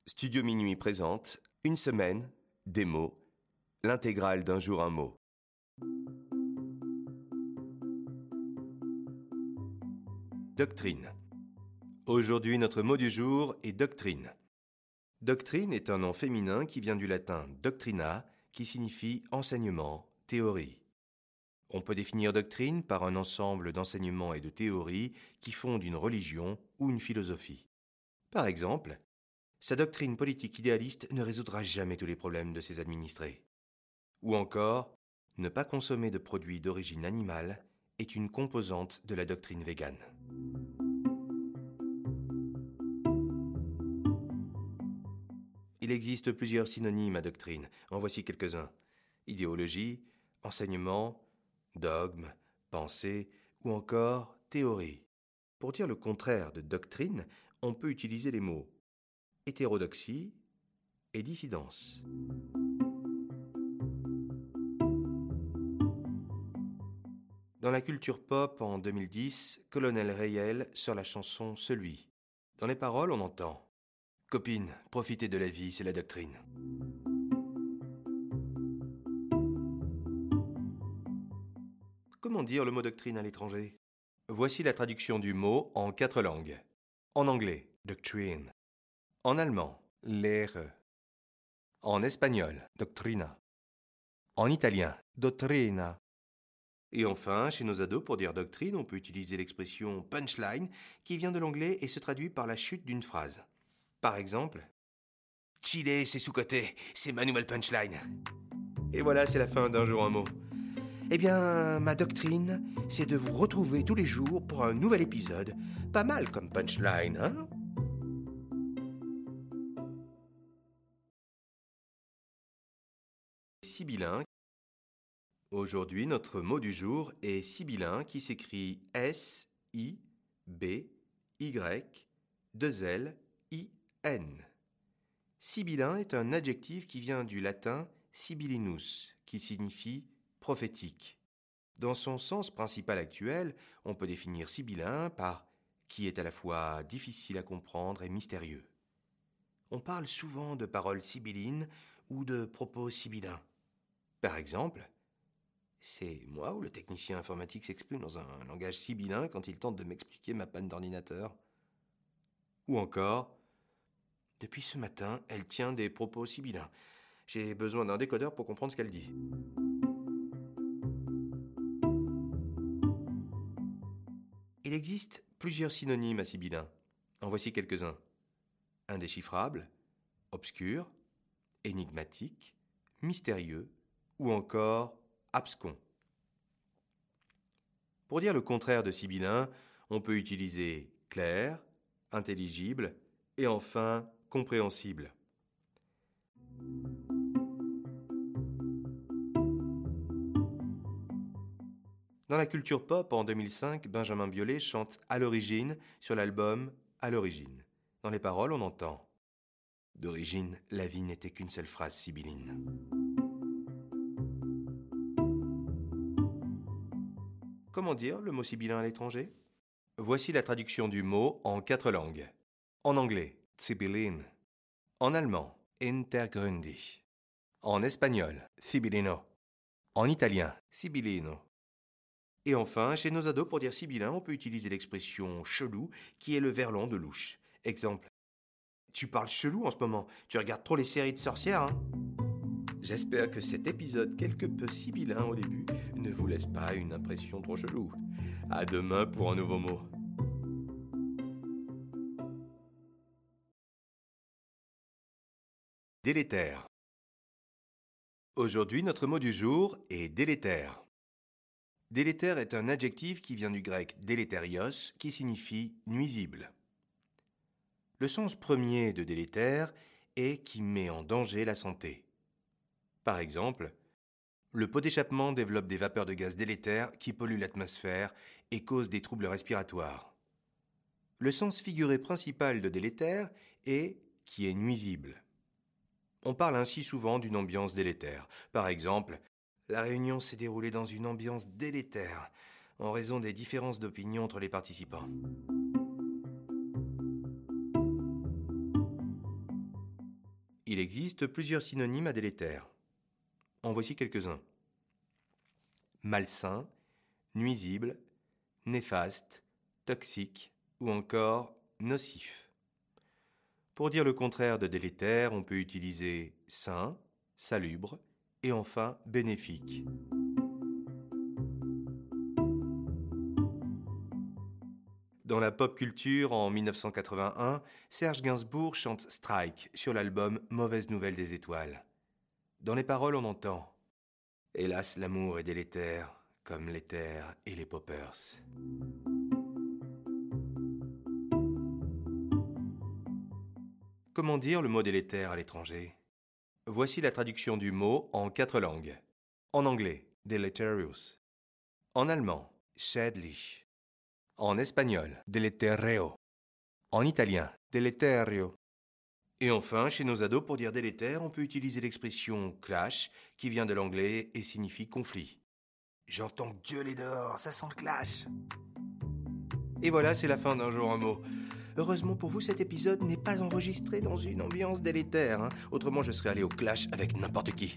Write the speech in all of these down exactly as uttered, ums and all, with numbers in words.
Studio Minuit présente Une semaine, des mots, l'intégrale d'un jour un mot. Doctrine. Aujourd'hui, notre mot du jour est doctrine. Doctrine est un nom féminin qui vient du latin doctrina, qui signifie enseignement, théorie. On peut définir doctrine par un ensemble d'enseignements et de théories qui fondent une religion ou une philosophie. Par exemple, sa doctrine politique idéaliste ne résoudra jamais tous les problèmes de ses administrés. Ou encore, ne pas consommer de produits d'origine animale est une composante de la doctrine végane. Il existe plusieurs synonymes à doctrine. En voici quelques-uns. Idéologie, enseignement, dogme, pensée ou encore théorie. Pour dire le contraire de doctrine, on peut utiliser les mots hétérodoxie et dissidence. Dans la culture pop en deux mille dix, Colonel Rayel sort la chanson Celui. Dans les paroles, on entend « Copine, profiter de la vie, c'est la doctrine ». Comment dire le mot doctrine à l'étranger ? Voici la traduction du mot en quatre langues. En anglais, doctrine. En allemand, Lehre. En espagnol, doctrina. En italien, dottrina. Et enfin, chez nos ados, pour dire doctrine, on peut utiliser l'expression punchline qui vient de l'anglais et se traduit par la chute d'une phrase. Par exemple, Chile, c'est sous-coté, c'est ma nouvelle punchline. Et voilà, c'est la fin d'un jour un mot. Eh bien, ma doctrine, c'est de vous retrouver tous les jours pour un nouvel épisode. Pas mal comme punchline, hein ? Sibyllin. Aujourd'hui, notre mot du jour est sibyllin qui s'écrit S I B Y deux L I N. Sibyllin est un adjectif qui vient du latin sibyllinus, qui signifie prophétique. Dans son sens principal actuel, on peut définir sibyllin par qui est à la fois difficile à comprendre et mystérieux. On parle souvent de paroles sibyllines ou de propos sibyllins. Par exemple, c'est moi ou le technicien informatique s'exprime dans un langage sibyllin quand il tente de m'expliquer ma panne d'ordinateur. Ou encore, depuis ce matin, elle tient des propos sibyllins. J'ai besoin d'un décodeur pour comprendre ce qu'elle dit. Il existe plusieurs synonymes à sibyllin. En voici quelques-uns. Indéchiffrable, obscur, énigmatique, mystérieux ou encore abscon. Pour dire le contraire de sibyllin, on peut utiliser clair, intelligible et enfin compréhensible. Dans la culture pop, en deux mille cinq, Benjamin Biolay chante « À l'origine » sur l'album « À l'origine ». Dans les paroles, on entend « D'origine, la vie n'était qu'une seule phrase sibylline ». Comment dire le mot sibyllin à l'étranger ? Voici la traduction du mot en quatre langues. En anglais, Sibyllin. En allemand, Hintergründig. En espagnol, Sibyllino. En italien, Sibillino. Et enfin, chez nos ados, pour dire sibyllin, on peut utiliser l'expression chelou, qui est le verlan de louche. Exemple, tu parles chelou en ce moment, tu regardes trop les séries de sorcières, hein ? J'espère que cet épisode quelque peu sibyllin au début ne vous laisse pas une impression trop chelou. À demain pour un nouveau mot. Délétère. Aujourd'hui, notre mot du jour est délétère. Délétère est un adjectif qui vient du grec délétérios, qui signifie nuisible. Le sens premier de délétère est qui met en danger la santé. Par exemple, le pot d'échappement développe des vapeurs de gaz délétères qui polluent l'atmosphère et causent des troubles respiratoires. Le sens figuré principal de délétère est qui est nuisible. On parle ainsi souvent d'une ambiance délétère. Par exemple, la réunion s'est déroulée dans une ambiance délétère en raison des différences d'opinion entre les participants. Il existe plusieurs synonymes à délétère. En voici quelques-uns. Malsain, nuisible, néfaste, toxique ou encore nocif. Pour dire le contraire de délétère, on peut utiliser sain, salubre et enfin bénéfique. Dans la pop culture, en mille neuf cent quatre-vingt-un, Serge Gainsbourg chante Strike sur l'album Mauvaise nouvelle des étoiles. Dans les paroles, on entend « Hélas, l'amour est délétère, comme l'éther et les poppers ». Comment dire le mot délétère à l'étranger? Voici la traduction du mot en quatre langues. En anglais, deleterious. En allemand, schädlich. En espagnol, deletereo. En italien, deleterio. Et enfin, chez nos ados, pour dire délétère, on peut utiliser l'expression clash, qui vient de l'anglais et signifie conflit. J'entends gueuler dehors, ça sent le clash. Et voilà, c'est la fin d'un jour un mot. Heureusement pour vous, cet épisode n'est pas enregistré dans une ambiance délétère. Hein. Autrement, je serais allé au clash avec n'importe qui.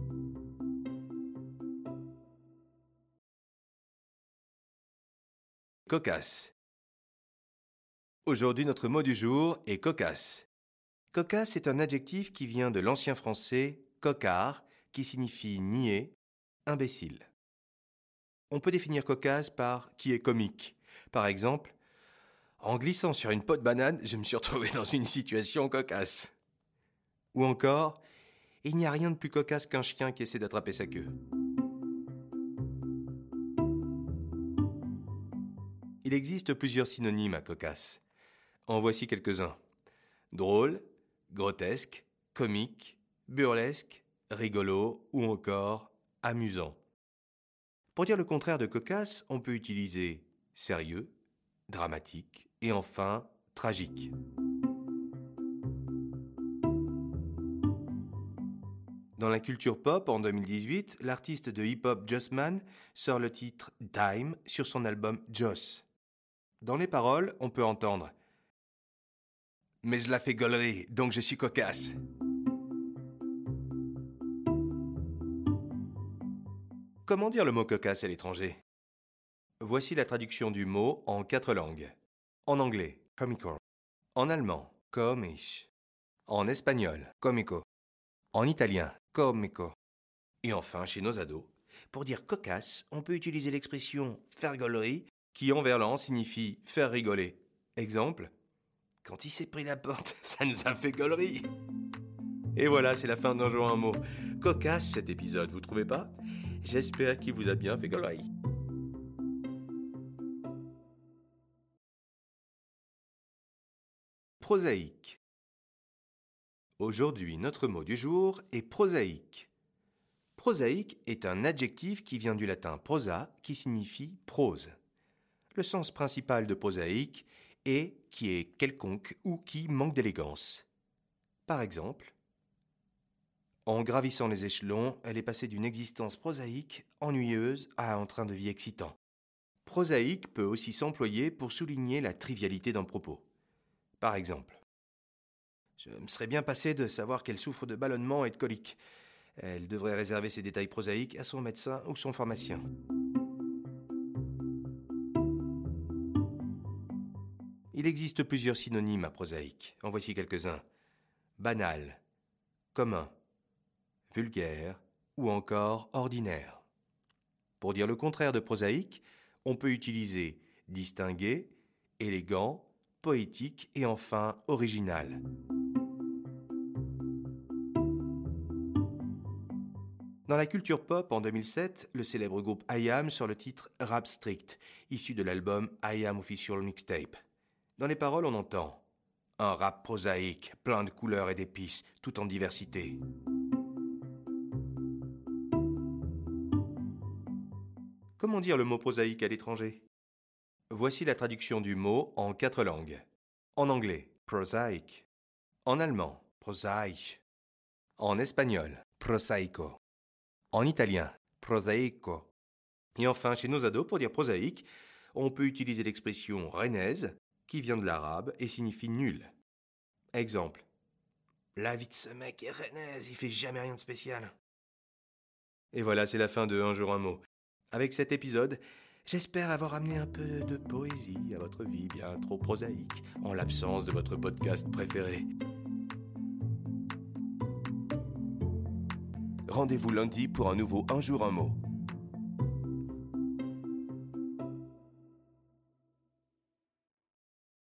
Cocasse. Aujourd'hui, notre mot du jour est cocasse. Cocasse est un adjectif qui vient de l'ancien français coquard, qui signifie niais, imbécile. On peut définir cocasse par qui est comique. Par exemple, en glissant sur une peau de banane, je me suis retrouvé dans une situation cocasse. Ou encore, il n'y a rien de plus cocasse qu'un chien qui essaie d'attraper sa queue. Il existe plusieurs synonymes à cocasse. En voici quelques-uns. Drôle, grotesque, comique, burlesque, rigolo ou encore amusant. Pour dire le contraire de cocasse, on peut utiliser sérieux, dramatique et enfin tragique. Dans la culture pop, en deux mille dix-huit, l'artiste de hip-hop Jossman sort le titre Time sur son album Joss. Dans les paroles, on peut entendre « Mais je la fais gaulerie, donc je suis cocasse ». Comment dire le mot cocasse à l'étranger? Voici la traduction du mot en quatre langues. En anglais, comico. En allemand, komisch. En espagnol, comico. En italien, comico. Et enfin, chez nos ados, pour dire cocasse, on peut utiliser l'expression faire gaulerie, qui en verlan signifie faire rigoler. Exemple, quand il s'est pris la porte, ça nous a fait gaulerie. Et voilà, c'est la fin d'un jour un mot. Cocasse cet épisode, vous trouvez pas? J'espère qu'il vous a bien fait gaulerie. Prosaïque. Aujourd'hui, notre mot du jour est prosaïque. Prosaïque est un adjectif qui vient du latin prosa, qui signifie prose. Le sens principal de prosaïque est qui est quelconque ou qui manque d'élégance. Par exemple, en gravissant les échelons, elle est passée d'une existence prosaïque, ennuyeuse, à un train de vie excitant. Prosaïque peut aussi s'employer pour souligner la trivialité d'un propos. Par exemple, je me serais bien passé de savoir qu'elle souffre de ballonnement et de coliques. Elle devrait réserver ces détails prosaïques à son médecin ou son pharmacien. Il existe plusieurs synonymes à prosaïque. En voici quelques-uns. Banal, commun, vulgaire ou encore ordinaire. Pour dire le contraire de prosaïque, on peut utiliser distingué, élégant, poétique et enfin original. Dans la culture pop, en deux mille sept, le célèbre groupe I A M sort le titre Rap Strict, issu de l'album I A M Official Mixtape. Dans les paroles, on entend un rap prosaïque, plein de couleurs et d'épices, tout en diversité. Comment dire le mot prosaïque à l'étranger? Voici la traduction du mot en quatre langues. En anglais, prosaic. En allemand, prosaïque. En espagnol, prosaico. En italien, prosaico. Et enfin, chez nos ados, pour dire prosaïque, on peut utiliser l'expression rennaise, qui vient de l'arabe et signifie nul. Exemple. La vie de ce mec est rennaise, il fait jamais rien de spécial. Et voilà, c'est la fin de Un jour un mot. Avec cet épisode, j'espère avoir amené un peu de poésie à votre vie bien trop prosaïque, en l'absence de votre podcast préféré. Rendez-vous lundi pour un nouveau Un jour un mot.